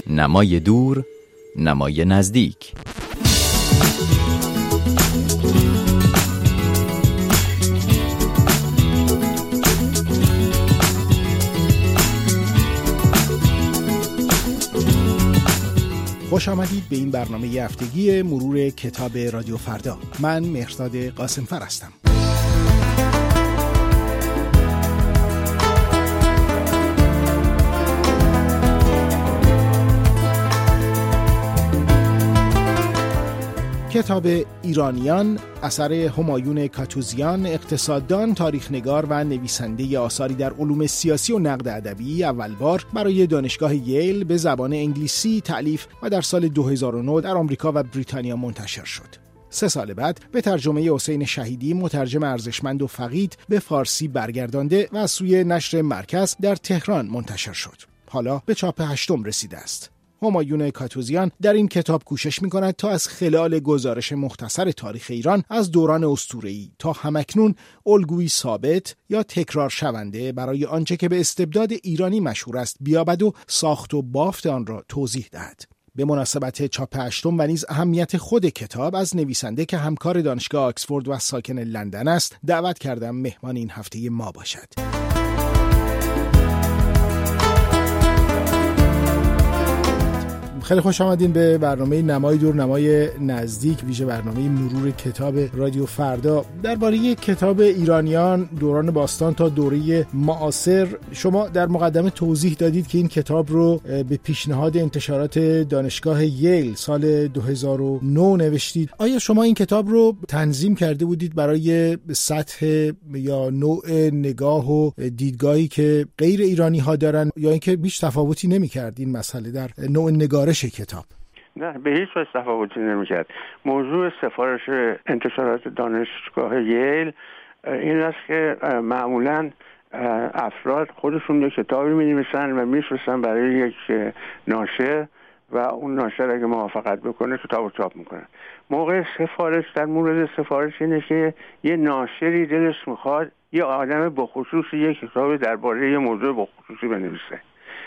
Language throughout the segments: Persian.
نمای دور، نمای نزدیک. خوش آمدید به این برنامه هفتگی مرور کتاب رادیو فردا. من مهرداد قاسمفر هستم. کتاب ایرانیان اثر همایون کاتوزیان، اقتصاددان، تاریخنگار و نویسنده آثاری در علوم سیاسی و نقد ادبی، اول بار برای دانشگاه ییل به زبان انگلیسی تألیف و در سال 2009 در آمریکا و بریتانیا منتشر شد. 3 سال بعد به ترجمه حسین شهیدی، مترجم ارزشمند و فقید، به فارسی برگردانده و از سوی نشر مرکز در تهران منتشر شد. حالا به چاپ 8 رسیده است. همایون کاتوزیان در این کتاب کوشش می‌کند تا از خلال گزارش مختصر تاریخ ایران از دوران اسطوره‌ای تا همکنون الگویی ثابت یا تکرار شونده برای آنچه که به استبداد ایرانی مشهور است بیابد و ساخت و بافت آن را توضیح دهد. به مناسبت چاپ 8 و نیز اهمیت خود کتاب از نویسنده که همکار دانشگاه آکسفورد و ساکن لندن است دعوت کردم مهمان این هفته ما باشد. خیلی خوش آمدین به برنامه نمای دور نمای نزدیک، ویژه برنامه مرور کتاب رادیو فردا. درباره کتاب ایرانیان دوران باستان تا دوره معاصر شما در مقدمه توضیح دادید که این کتاب رو به پیشنهاد انتشارات دانشگاه ییل سال 2009 نوشتید. آیا شما این کتاب رو تنظیم کرده بودید برای سطح یا نوع نگاه و دیدگاهی که غیر ایرانی ها دارن، یا اینکه هیچ تفاوتی نمی‌کرد این مسئله در نوع نگارش کتاب؟ نه، به هیچ وجه تفاوتی نمی‌کرد. موضوع سفارش انتشارات دانشگاه ییل این است که معمولاً افراد خودشون یک کتابی می‌نویسن و می‌فرستن برای یک ناشر و اون ناشر اگه موافقت بکنه کتاب رو چاپ میکنه. موقع سفارش، در مورد سفارش اینه که یه ناشری دلش میخواد یه آدم بخصوص یک کتابی درباره یه موضوع بخصوصی بنویسه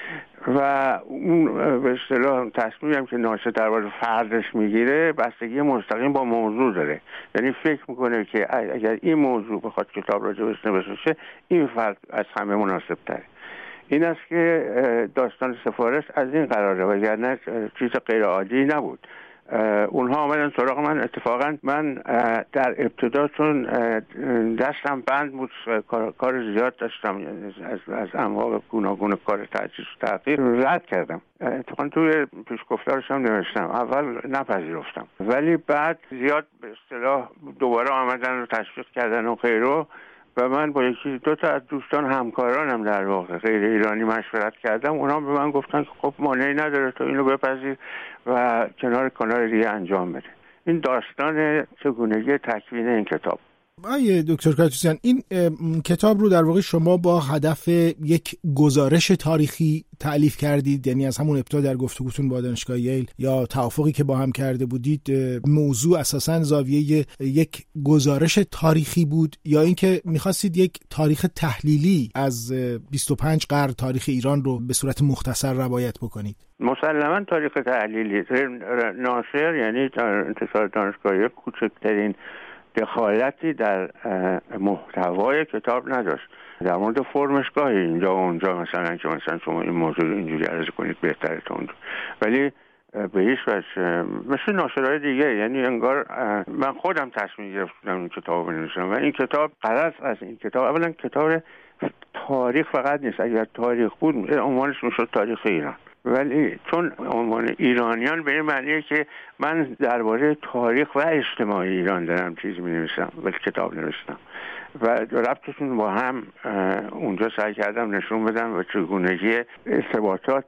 و اون به اصطلاح تصمیمی هم که ناشر درباره فردش میگیره بستگی مستقیم با موضوع داره. یعنی فکر میکنه که اگر این موضوع بخواد کتاب راجبش نوشته شه این فرد از همه مناسب تره. این است که داستان سفارش از این قراره، وگرنه چیز غیر عادی نبود. اونها آمدن سراغ من. اتفاقا من در ابتدا چون دستم بند بود، کار زیاد داشتم، از انواع گوناگون کار تجهیز و تحقیق رد کردم. اتفاقا توی پیشگفتارش هم نوشتم. اول نپذیرفتم ولی بعد زیاد به اصطلاح دوباره آمدن و تشویق کردن و غیره و من با 1-2 تا از دوستان همکارانم در واقع غیر ایرانی مشورت کردم. اونا به من گفتن که خب مانعی نداره تو اینو بپذیر و کنار دیگه انجام بده. این داستان چگونگی تکوین این کتاب. آیه دکتر کاتوزیان، این کتاب رو در واقع شما با هدف یک گزارش تاریخی تألیف کردید؟ یعنی از همون ابتدا در گفتگوتون با دانشگاه ییل یا توافقی که با هم کرده بودید موضوع اساساً زاویه یک گزارش تاریخی بود، یا اینکه می‌خواستید یک تاریخ تحلیلی از 25 قرن تاریخ ایران رو به صورت مختصر روایت بکنید؟ مسلماً تاریخ تحلیلی. ناشر یعنی انتشار دانشگاه ییل کوچکترین دخالتی در محتوای کتاب نداشت. در مورد فرمشگاهی اینجا و اونجا مثلا که مثلا شما این موضوع اینجوری عرض کنید بهتره تا اونجا، ولی به هیچ وجه مثل ناشرهای دیگه. یعنی انگار من خودم تصمیم گرفتم این کتاب بنویسم و این کتاب غرض از این کتاب اولا کتاب تاریخ فقط نیست. اگر تاریخ بود عنوانش میشد تاریخ ایران، ولی چون عنوان ایرانیان به این معنیه که من درباره تاریخ و اجتماع ایران دارم چیز می‌نویسم و کتاب نوشتم و ربطشون با هم اونجا سعی کردم نشون بدم و چگونگی ارتباطات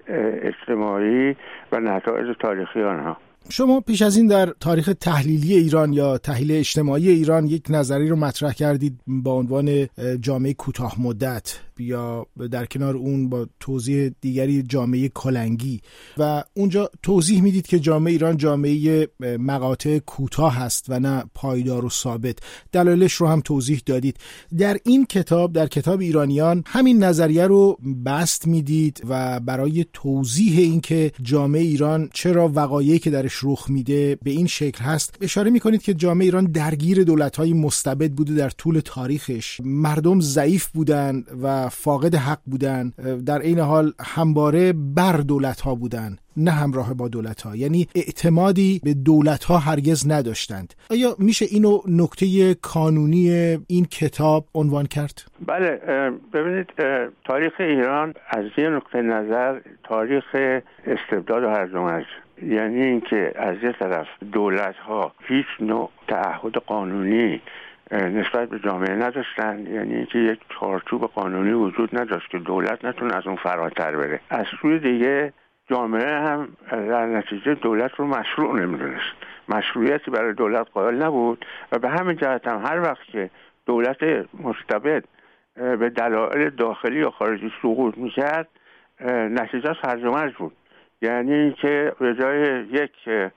اجتماعی و نتایج تاریخی آنها. شما پیش از این در تاریخ تحلیلی ایران یا تحلیل اجتماعی ایران یک نظری رو مطرح کردید با عنوان جامعه کوتاه مدت. یا در کنار اون با توضیح دیگری جامعه کلنگی و اونجا توضیح میدید که جامعه ایران جامعه مقاطع کوتاه هست و نه پایدار و ثابت. دلایلش رو هم توضیح دادید. در این کتاب، در کتاب ایرانیان، همین نظریه رو بسط میدید و برای توضیح اینکه جامعه ایران چرا وقایعی که درش رخ میده به این شکل هست اشاره میکنید که جامعه ایران درگیر دولت‌های مستبد بوده در طول تاریخش. مردم ضعیف بودن و فاقد حق بودن، در این حال همواره بر دولت‌ها بودن نه همراه با دولت‌ها، یعنی اعتمادی به دولت‌ها هرگز نداشتند. آیا میشه اینو نکته کانونی این کتاب عنوان کرد؟ بله، ببینید تاریخ ایران از یه نقطه نظر تاریخ استبداد و هرج و مرج، یعنی اینکه از یه طرف دولت‌ها هیچ نوع تعهد قانونی نسبت به جامعه نداشتن، یعنی اینکه یک چارچوب قانونی وجود نداشت که دولت نتونه از اون فراتر بره. از سوی دیگه جامعه هم در نتیجه دولت رو مشروع نمیدونست، مشروعیتی برای دولت قائل نبود و به همین جهت هم هر وقت که دولت مستبد به دلایل داخلی یا خارجی سقوط میکرد نتیجهش هرج و مرج بود. یعنی اینکه به جای یک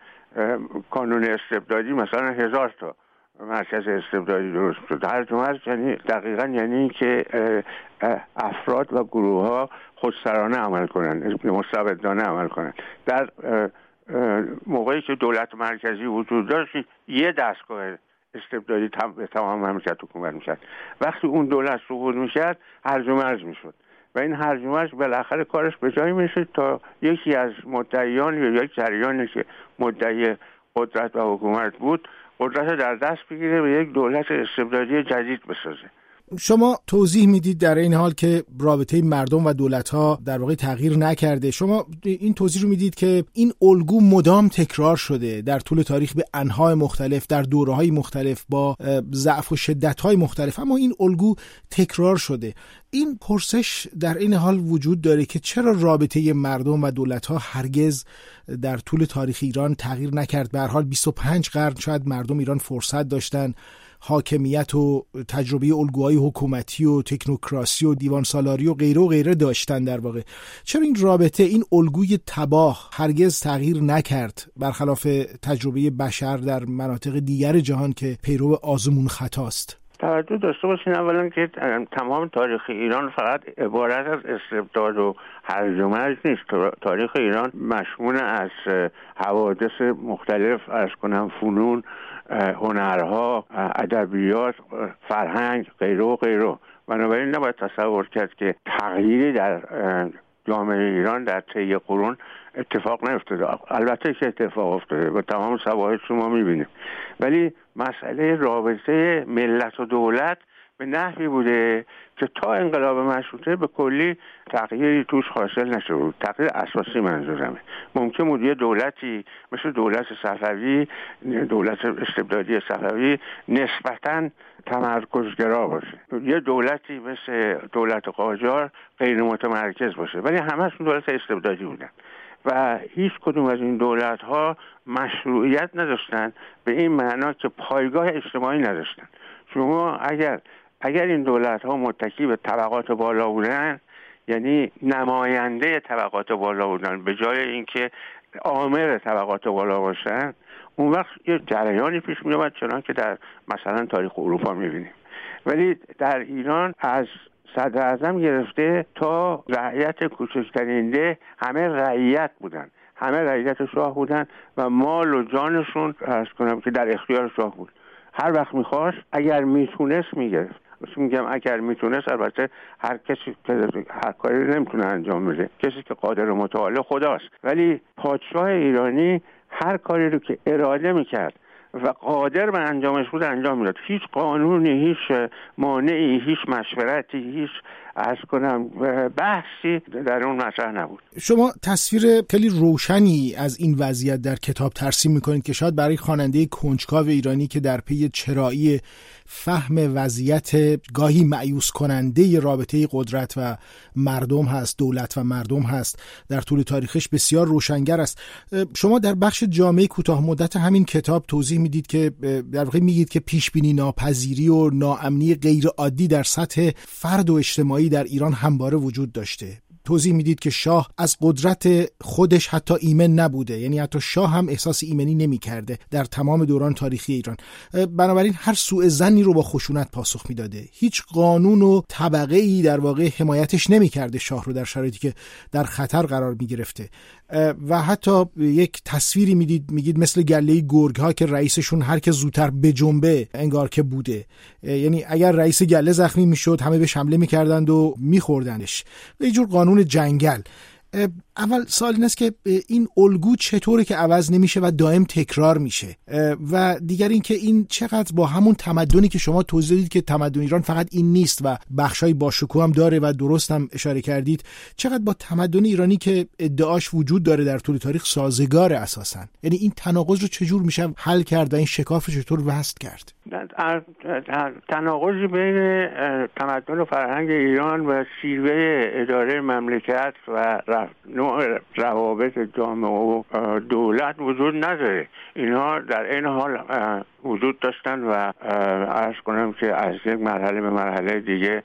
کانون استبدادی مثلا 1000 تا مرکز استبدادی درست شد. هرج و مرج یعنی دقیقاً یعنی اینکه افراد و گروه ها خودسرانه عمل کنند، مستبدانه عمل کنند. در موقعی که دولت مرکزی وجود داشت یه دستگاه استبدادی به تمام مملکت حکومت می‌کرد. وقتی اون دولت سقوط می‌کرد هرج و مرج می‌شد و این هرج و مرج بالاخره کارش به جایی می‌رسید تا یکی از مدعیان یا یک جریانی که مدعی قدرت و حکومت بود قدرت در دست بگیره و یک دولت استبدادی جدید بسازه. شما توضیح میدید در این حال که رابطه مردم و دولت‌ها در واقع تغییر نکرده. شما این توضیح رو میدید که این الگو مدام تکرار شده در طول تاریخ به انواع مختلف، در دوره‌های مختلف، با ضعف و شدت‌های مختلف، اما این الگو تکرار شده. این پرسش در این حال وجود داره که چرا رابطه مردم و دولت‌ها هرگز در طول تاریخ ایران تغییر نکرد؟ به هر حال 25 قرن شاید مردم ایران فرصت داشتن حاکمیت و تجربه الگوهای حکومتی و تکنوکراسی و دیوان سالاری و غیره داشتن. در واقع چرا این رابطه، این الگوی تباه هرگز تغییر نکرد برخلاف تجربه بشر در مناطق دیگر جهان که پیرو آزمون خطاست؟ توجه داشته باشین اولا که تمام تاریخ ایران فقط عبارت از استبداد و هرج و مرج نیست. تاریخ ایران مشمول از حوادث مختلف، عرض کنم فنون، هنرها، ادبیات، فرهنگ، غیره. بنابراین نباید تصور کرد که تغییری در جامعه ایران در طی قرون اتفاق نیفتاده. البته که اتفاق افتاده و تمام شواهد شما میبینید، ولی مسئله رابطه ملت و دولت به نحوی بوده که تا انقلاب مشروطه به کلی تغییری توش حاصل نشده بود. تغییر اساسی منظورمه. ممکن بود یه دولتی مثل دولت صفوی، دولت استبدادی صفوی نسبتاً تمرکزگرا باشه، یه دولتی مثل دولت قاجار غیر متمرکز باشه، ولی همه‌شون دولت استبدادی بودن و هیچ کدوم از این دولت‌ها مشروعیت نداشتن به این معنا که پایگاه اجتماعی نداشتن. شما اگر این دولت‌ها متکی به طبقات بالا بودن، یعنی نماینده طبقات بالا بودن به جای اینکه آمر طبقات بالا باشن، اون وقت یه جریانی پیش می اومد چنان که در مثلا تاریخ اروپا می‌بینیم. ولی در ایران از صدر اعظم گرفته تا رعیت کوچکترین ده همه رعیت بودن، همه رعیت شاه بودن و مال و جانشون عرض کنم که در اختیار شاه بود. هر وقت میخواست اگر میتونست میگرفت. میگم اگر میتونست، البته هر کسی هر کاری نمیتونه انجام بده، کسی که قادر و متعال خداست، ولی پادشاه ایرانی هر کاری رو که اراده میکرد و قادر به انجامش بود انجام میداد. هیچ قانونی، هیچ مانعی، هیچ مشورتی، هیچ عرض کنم بحثی در اون مطرح نبود. شما تصویر خیلی روشنی از این وضعیت در کتاب ترسیم میکنید که شاید برای خواننده کنجکاو ایرانی که در پی چرایی فهم وضعیت گاهی مایوس کننده رابطه قدرت و مردم هست، دولت و مردم هست، در طول تاریخش بسیار روشنگر است. شما در بخش جامعه کوتاه مدت همین کتاب توضیح میدید که در واقع میگید که پیش بینی ناپذیری و ناامنی غیر عادی در سطح فرد و اجتماعی در ایران همواره وجود داشته. توضیح میدید که شاه از قدرت خودش حتی ایمن نبوده، یعنی حتی شاه هم احساس ایمنی نمی‌کرده در تمام دوران تاریخی ایران. بنابراین هر سوء ظنی رو با خشونت پاسخ میداده. هیچ قانون و طبقه‌ای در واقع حمایتش نمی‌کرده شاه رو در شرایطی که در خطر قرار می‌گرفته. و حتی یک تصویری میگید مثل گله گرگ‌ها که رئیسشون هر که زودتر بجنبه انگار که بوده. یعنی اگر رئیس گله زخمی میشد همه بهش حمله می‌کردند و می‌خوردنش. یه جور قانون جنگل. اول سوال این است که این الگو چطوره که عوض نمیشه و دائم تکرار میشه، و دیگر این که این چقدر با همون تمدنی که شما توضیح دادید که تمدن ایران فقط این نیست و بخشای باشکوه هم داره و درست هم اشاره کردید، چقدر با تمدن ایرانی که ادعاش وجود داره در طول تاریخ سازگار اساساً. یعنی این تناقض رو چجور میشه حل کرد و این شکاف رو چطور وصل کرد؟ تناقضی بین تمدن و فرهنگ ایران و شیوه اداره مملکت و نوع روابط جامعه و دولت وجود نداره. اینها در این حال وجود داشتن و عرض کنم که از یک مرحله به مرحله دیگه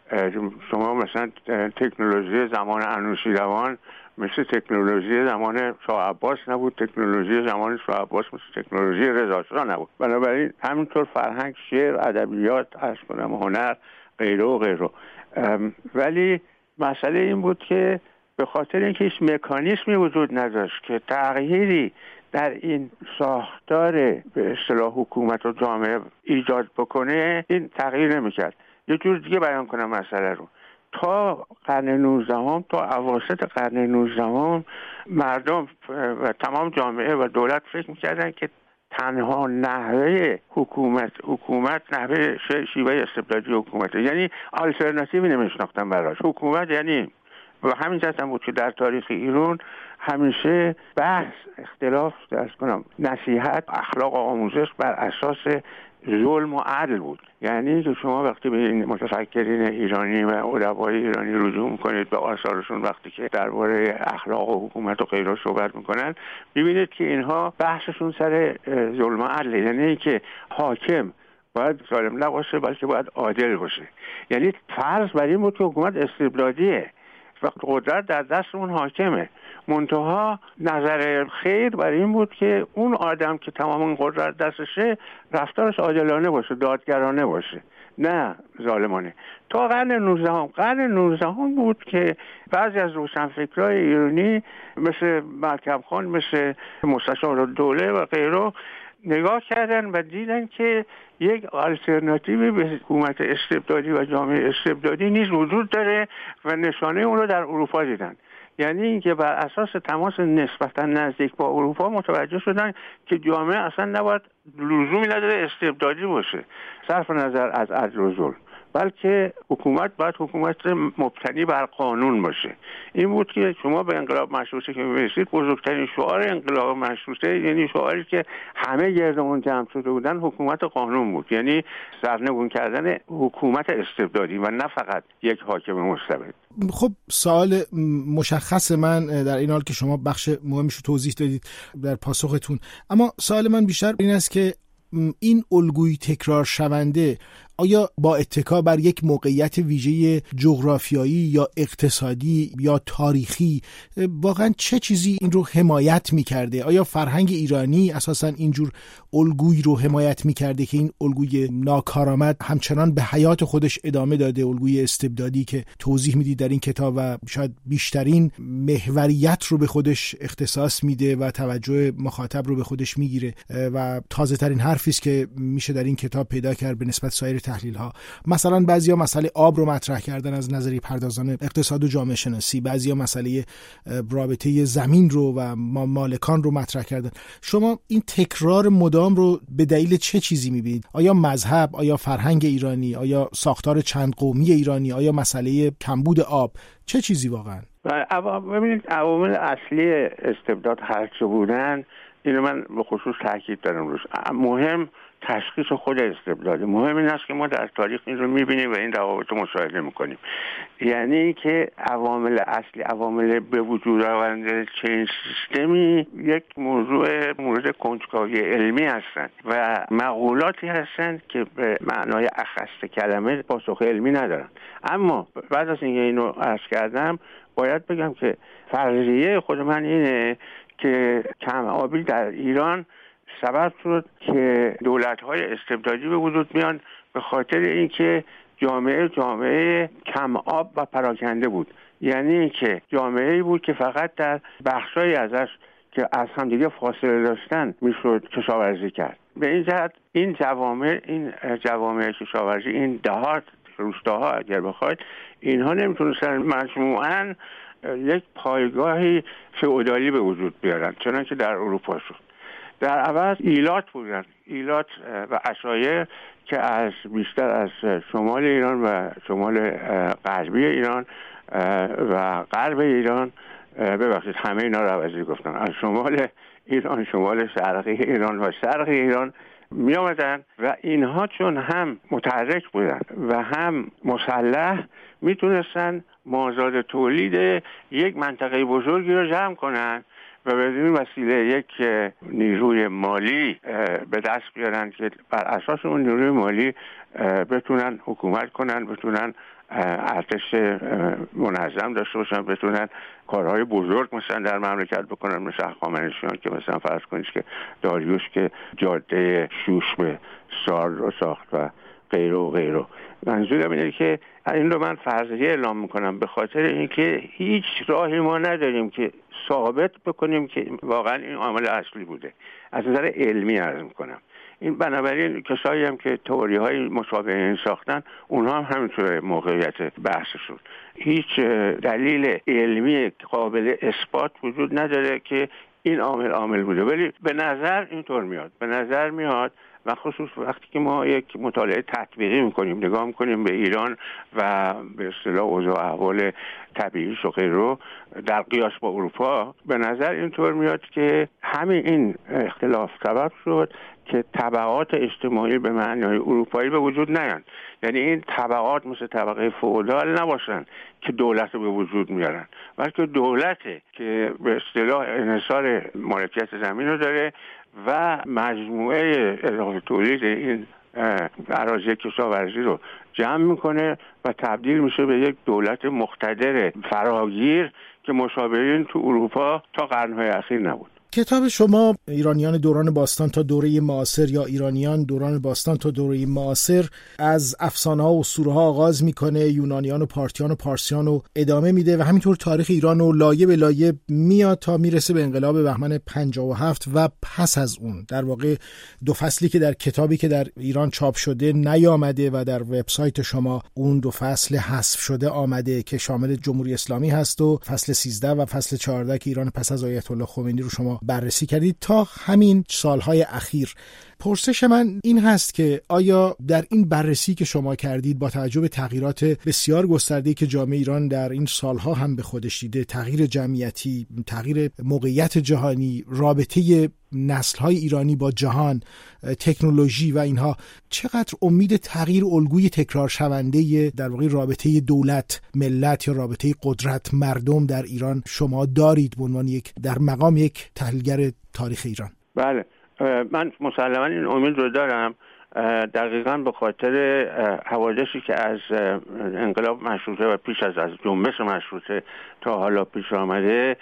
شما مثلا تکنولوژی زمان انوشیروان مثل تکنولوژی زمان شاه عباس نبود، تکنولوژی زمان شاه عباس مثل تکنولوژی رضا شاه نبود. بنابراین همینطور فرهنگ، شعر، ادبیات، عرض کنم هنر، غیره و غیره. ولی مسئله این بود که به خاطر اینکه هیچ مکانیزمی وجود نداشت که تغییری در این ساختار به اصطلاح حکومت و جامعه ایجاد بکنه، این تغییر نمی‌کرد. یه جور دیگه بیان کنم مسئله رو. تا قرن 19 تا اواسط قرن 19 مردم و تمام جامعه و دولت فکر می‌کردن که تنها نحوه حکومت نحوه شیوه استبدادی حکومته، یعنی آلترناتیوی نمی‌شناختن براش. حکومت یعنی و همین جهت هم بود که در تاریخ ایران همیشه بحث، اختلاف، درس کنم نصیحت، اخلاق و آموزش بر اساس ظلم و عدل بود. یعنی که شما وقتی به این متفکرین ایرانی و ادبای ایرانی رجوع میکنید به آثارشون، وقتی که درباره اخلاق و حکومت و غیره صحبت میکنن، میبینید که اینها بحثشون سر ظلم و عدل، یعنی که حاکم باید ظالم نباشه بلکه باید عادل باشه. یعنی فرض بر این بود که حکومت استبدادیه و قدرت در دست اون حاکمه. منتها نظر خیر بر این بود که اون آدم که تمام این قدرت دستشه رفتارش عادلانه باشه، دادگرانه باشه، نه ظالمانه. تا قرن 19 بود که بعضی از روشنفکرای ایرانی مثل ملکم خان، مثل مستشار الدوله و غیره نگاه کردن و دیدن که یک آلترناتیوی به حکومت استبدادی و جامعه استبدادی نیز وجود داره و نشانه اون رو در اروپا دیدن. یعنی اینکه بر اساس تماس نسبتا نزدیک با اروپا متوجه شدن که جامعه اصلا نباید لزومی نداره استبدادی باشه صرف نظر از عدل و ظلم، بلکه حکومت باید حکومت مبتنی بر قانون باشه. این بود که شما به انقلاب مشروطه که می‌رسید، بزرگترین شعار انقلاب مشروطه، یعنی شعاری که همه گرد اون جمع شده بودن، حکومت قانون بود، یعنی سرنگون کردن حکومت استبدادی و نه فقط یک حاکم مستبد. خب سوال مشخص من در این حال که شما بخش مهمش رو توضیح دادید در پاسختون، اما سوال من بیشتر این است که این الگوی تکرار شونده آیا با اتکا بر یک موقعیت ویژه جغرافیایی یا اقتصادی یا تاریخی واقعا چه چیزی این رو حمایت می‌کرده؟ آیا فرهنگ ایرانی اساساً اینجور الگوی رو حمایت می‌کرده که این الگوی ناکارآمد همچنان به حیات خودش ادامه داده، الگوی استبدادی که توضیح میدید در این کتاب و شاید بیشترین محوریت رو به خودش اختصاص میده و توجه مخاطب رو به خودش میگیره و تازه ترین حرفی است که میشه در این کتاب پیدا کرد به نسبت سایر تحلیل ها. مثلا بعضیا مسئله آب رو مطرح کردن از نظری پردازان اقتصاد و جامعه شناسی، بعضیا مسئله رابطه زمین رو و مالکان رو مطرح کردن. شما این تکرار مدام رو به دلیل چه چیزی میبینید؟ آیا مذهب، آیا فرهنگ ایرانی، آیا ساختار چند قومی ایرانی، آیا مسئله کمبود آب، چه چیزی واقعا؟ ببینید عوامل اصلی استبداد هرچه بودن، اینو من به خصوص تاکید دارم روش. مهم تشخیص خود استبداده. مهم این است که ما در تاریخ این رو میبینیم و این روابط رو مشاهده میکنیم. یعنی که عوامل اصلی، عوامل به وجود آورنده چنین سیستمی یک مورد کنجکاوی علمی هستند و مقولاتی هستند که به معنای اخص کلمه پاسخ علمی ندارن. اما بعد از اینکه اینو عرض کردم باید بگم که فرضیه خود من اینه که کم آبی در ایران سبب شد که دولت‌های استبدادی به وجود میان به خاطر اینکه جامعه کم آب و پراکنده بود. یعنی اینکه جامعه‌ای بود که فقط در بخشایی ازش که از همدیگه فاصله داشتن میشد کشاورزی کرد. به این جهت این جوامع کشاورزی، این دهات، روستاها اگر بخواید، اینها نمیتونستن مجموعاً یک پایگاهی فئودالی به وجود بیارن چنانکه در اروپا شد. در عوض ایلات بودن، ایلات و عشایر که بیشتر از شمال ایران و شمال غربی ایران و غرب ایران، ببخشید همه اینا رو عوضی گفتم، از شمال ایران، شمال شرقی ایران و شرق ایران می آمدن و اینها چون هم متحرک بودن و هم مسلح میتونستن مازاد تولید یک منطقه بزرگی رو جمع کنن و بدون وسیله یک نیروی مالی به دست بیارن که بر اساس اون نیروی مالی بتونن حکومت کنن، بتونن ارتش منظم داشته باشن، بتونن کارهای بزرگ مثلا در مملکت بکنن، مثل هخامنشیان که مثلا فرض کنید که داریوش که جاده شوش به سار رو ساخت و غیره و غیره. منظورم اینه که این رو من فرضیه اعلام میکنم به خاطر اینکه هیچ راهی ما نداریم که ثابت بکنیم که واقعا این عامل اصلی بوده. از نظر علمی عرض میکنم. این بنابراین کسایی هم که تئوری های مشابه این ساختن، اونها هم همینطور موقعیت بحثشون. هیچ دلیل علمی قابل اثبات وجود نداره که این عامل بوده، ولی به نظر اینطور میاد. به نظر میاد و خصوص وقتی که ما یک مطالعه تطبیقی میکنیم، نگاه میکنیم به ایران و به اصطلاح اوضاع احوال طبیعیش و غیره در قیاس با اروپا، به نظر اینطور میاد که همین این اختلاف سبب شد که طبقات اجتماعی به معنای اروپایی به وجود نیان. یعنی این طبقات مثل طبقه فئودال نباشن که دولت رو به وجود میارن، بلکه دولته که به اصطلاح انحصار مالکیت زمین رو داره و مجموعه اضافه تولید این اراضی کشاورزی رو جمع میکنه و تبدیل میشه به یک دولت مقتدر فراگیر که مشابه این تو اروپا تا قرنهای اخیر نبود. کتاب شما ایرانیان دوران باستان تا دوره معاصر یا ایرانیان دوران باستان تا دوره معاصر از افسانه‌ها و اسطوره‌ها آغاز میکنه، یونانیان و پارتیان و پارسیان رو ادامه میده و همینطور تاریخ ایران رو لایه به لایه میاد تا میرسه به انقلاب بهمن 57 و پس از اون در واقع دو فصلی که در کتابی که در ایران چاپ شده نیامده و در وبسایت شما اون دو فصل حذف شده آمده که شامل جمهوری اسلامی هست و فصل 13 و فصل 14 که ایران پس از آیت الله خمینی رو شما بررسی کردید تا همین سالهای اخیر. پرسش من این هست که آیا در این بررسی که شما کردید با توجه به تغییرات بسیار گسترده‌ای که جامعه ایران در این سالها هم به خودش دیده، تغییر جمعیتی، تغییر موقعیت جهانی، رابطه نسل‌های ایرانی با جهان، تکنولوژی و اینها، چقدر امید تغییر الگوی تکرار شونده در واقع رابطه دولت ملت یا رابطه قدرت مردم در ایران شما دارید به عنوان در مقام یک تحلیلگر تاریخ ایران؟ بله، من مسلماً این امید رو دارم، دقیقاً به خاطر حوادثی که از انقلاب مشروطه و پیش از جنبش مشروطه تا حالا پیش آمده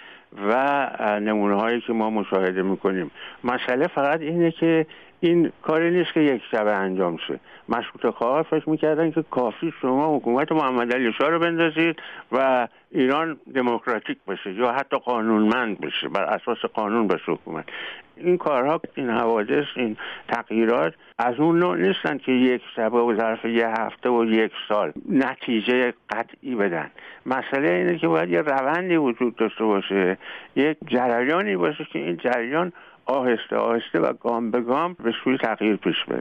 و نمونه هایی که ما مشاهده میکنیم. مسئله فقط اینه که این کاری نیست که یک شبه انجام شه. مشروطه خواها فکر میکردن که کافی شما حکومت محمد علی شاه رو بندازید و ایران دموکراتیک بشه یا حتی قانونمند بشه، بر اساس قانون بشه حکومت. این کارها، این حوادث، این تغییرات از اون نوع نیستن که یک شبه و ظرف یه هفته و یک سال نتیجه قطعی بدن. مسئله اینه که باید یه روندی وجود داشته باشه، یک جریانی باشه که این جریان آهسته آهسته و گام به گام به سوی تغییر پیش بره.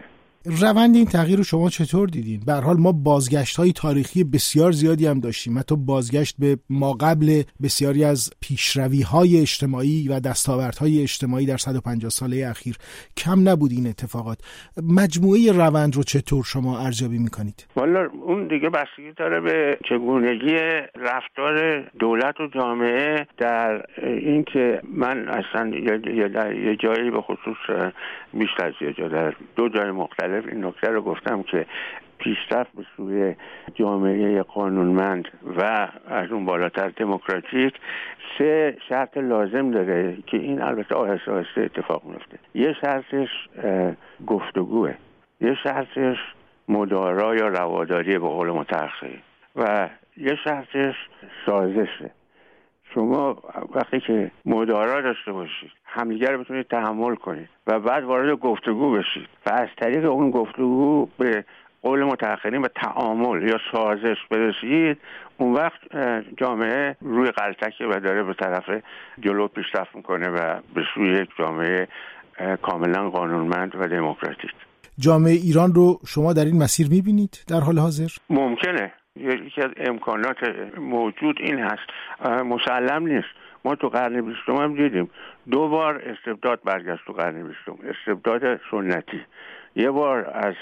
روند این تغییر رو شما چطور دیدین؟ به هر حال ما بازگشت‌های تاریخی بسیار زیادی هم داشتیم، حتی بازگشت به ما قبل بسیاری از پیشروی‌های اجتماعی و دستاوردهای اجتماعی در 150 ساله اخیر. کم نبود این اتفاقات. مجموعه روند رو چطور شما ارزیابی می‌کنید؟ والا اون دیگه بستگی داره به چگونگی رفتار دولت و جامعه در این که من اصلا یه جایی به خصوص بیشتر از یه جا در دو جای مختلف این نکته رو گفتم که پیشرفت به سوی جامعه قانونمند و از اون بالاتر دموکراتیک 3 شرط لازم داره که این البته آهسته آهسته اتفاق میفته. یه شرطش گفتگوه، یه شرطش مدارا یا رواداری به قول متأخرین و یه شرطش سازشه. شما وقتی که مدارا داشته باشید، همدیگه رو بتونید تحمل کنید و بعد وارد گفتگو بشید و از طریق اون گفتگو به قول متأخرین به تعامل یا سازش برسید، اون وقت جامعه روی غلطکه و داره به طرف جلو پیشرفت میکنه و به سوی یک جامعه کاملا قانونمند و دموکراتیک. جامعه ایران رو شما در این مسیر میبینید در حال حاضر؟ ممکنه. یکی از امکانات موجود این هست، مسلم نیست. ما تو قرن 20 هم دیدیم 2 بار استبداد برگشت تو قرن 20، استبداد سنتی. یه بار از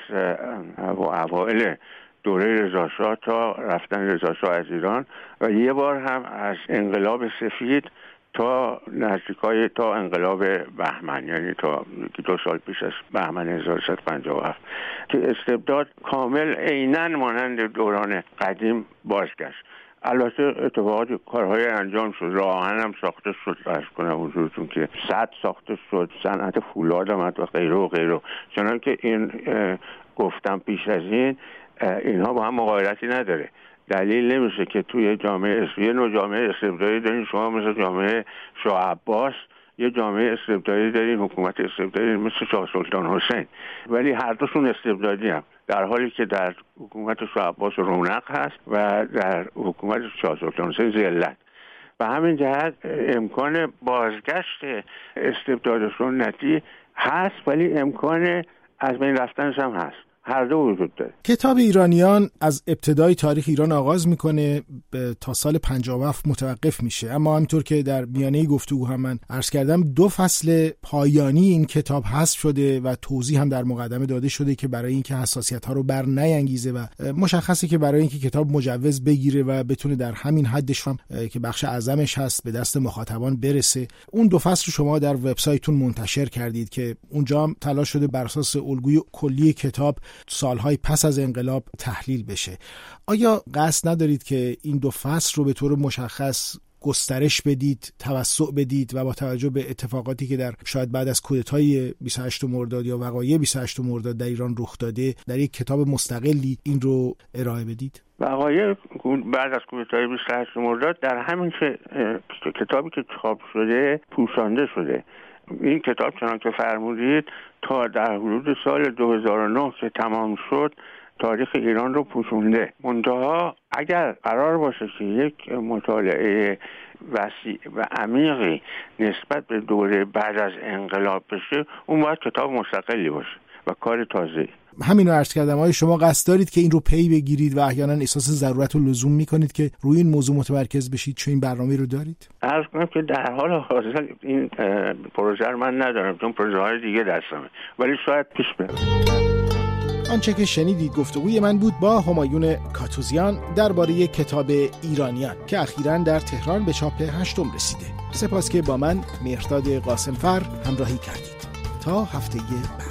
اوائل دوره رضاشاه تا رفتن رضاشاه از ایران و یه بار هم از انقلاب سفید تا نزدیکای تا انقلاب بهمن، یعنی تا 2 سال پیش از بهمن 1357 که استبداد کامل عیناً مانند دوران قدیم بازگشت. البته اتفاقات کارهای انجام شد، راه آهن هم ساخته شد، عرض کنم حضورتون که سد ساخته شد، صنعت فولاد آمد و غیره و غیره. چنانکه این گفتم پیش از این اینها با هم مغایرتی نداره. دلیل نمیشه که توی یه نوع جامعه استبدادی دارین شما مثل جامعه شاه عباس، یه جامعه استبدادی دارین حکومت استبدادی مثل شاه سلطان حسین، ولی هر دوشون استبدادی هم، در حالی که در حکومت شاه عباس رونق هست و در حکومت شاه سلطان حسین ذلت. و همین جهت امکان بازگشت استبداد سنتی هست، ولی امکان از بین رفتنش هم هست. هر دو وجود داره. کتاب ایرانیان از ابتدای تاریخ ایران آغاز میکنه تا سال 57 متوقف میشه، اما همینطور که در میانه گفتگو هم من عرض کردم 2 فصل پایانی این کتاب حذف شده و توضیح هم در مقدمه داده شده که برای اینکه حساسیت ها رو بر نیانگیزه و مشخصه که برای اینکه کتاب مجوز بگیره و بتونه در همین حدش هم که بخش اعظمش هست به دست مخاطبان برسه، اون 2 فصل رو شما در وبسایتتون منتشر کردید که اونجا هم تلاش شده بر اساس الگوی کلی کتاب سالهای پس از انقلاب تحلیل بشه. آیا قصد ندارید که این 2 فصل رو به طور مشخص گسترش بدید، توسع بدید و با توجه به اتفاقاتی که در شاید بعد از کودتای 28 مرداد یا وقایع 28 مرداد در ایران رخ داده در یک کتاب مستقلی این رو ارائه بدید؟ وقایع بعد از کودتای 28 مرداد در همین کتابی که چاپ شده پوشانده شده. این کتاب چنانکه فرمودید تا در حدود سال 2009 که تمام شد تاریخ ایران رو پوشونده. منتها اگر قرار باشه که یک مطالعه وسیع و عمیقی نسبت به دوره بعد از انقلاب بشه، اون باید کتاب مستقلی باشه و کار تازه‌ای. همین رو عرض کردم. آیا شما قصد دارید که این رو پی بگیرید و احیانا احساس ضرورت و لزوم میکنید که روی این موضوع متمرکز بشید چون این برنامه رو دارید؟ عرض کنم که در حال حاضر این پروژه رو من ندارم چون پروژه های دیگه دستمه، ولی شاید پیش بره. آنچه که شنیدید گفتگوی من بود با همایون کاتوزیان درباره کتاب ایرانیان که اخیراً در تهران به چاپ 8 رسیده. سپاس که با من مهرداد قاسمفر همراهی کردید. تا هفته بعد.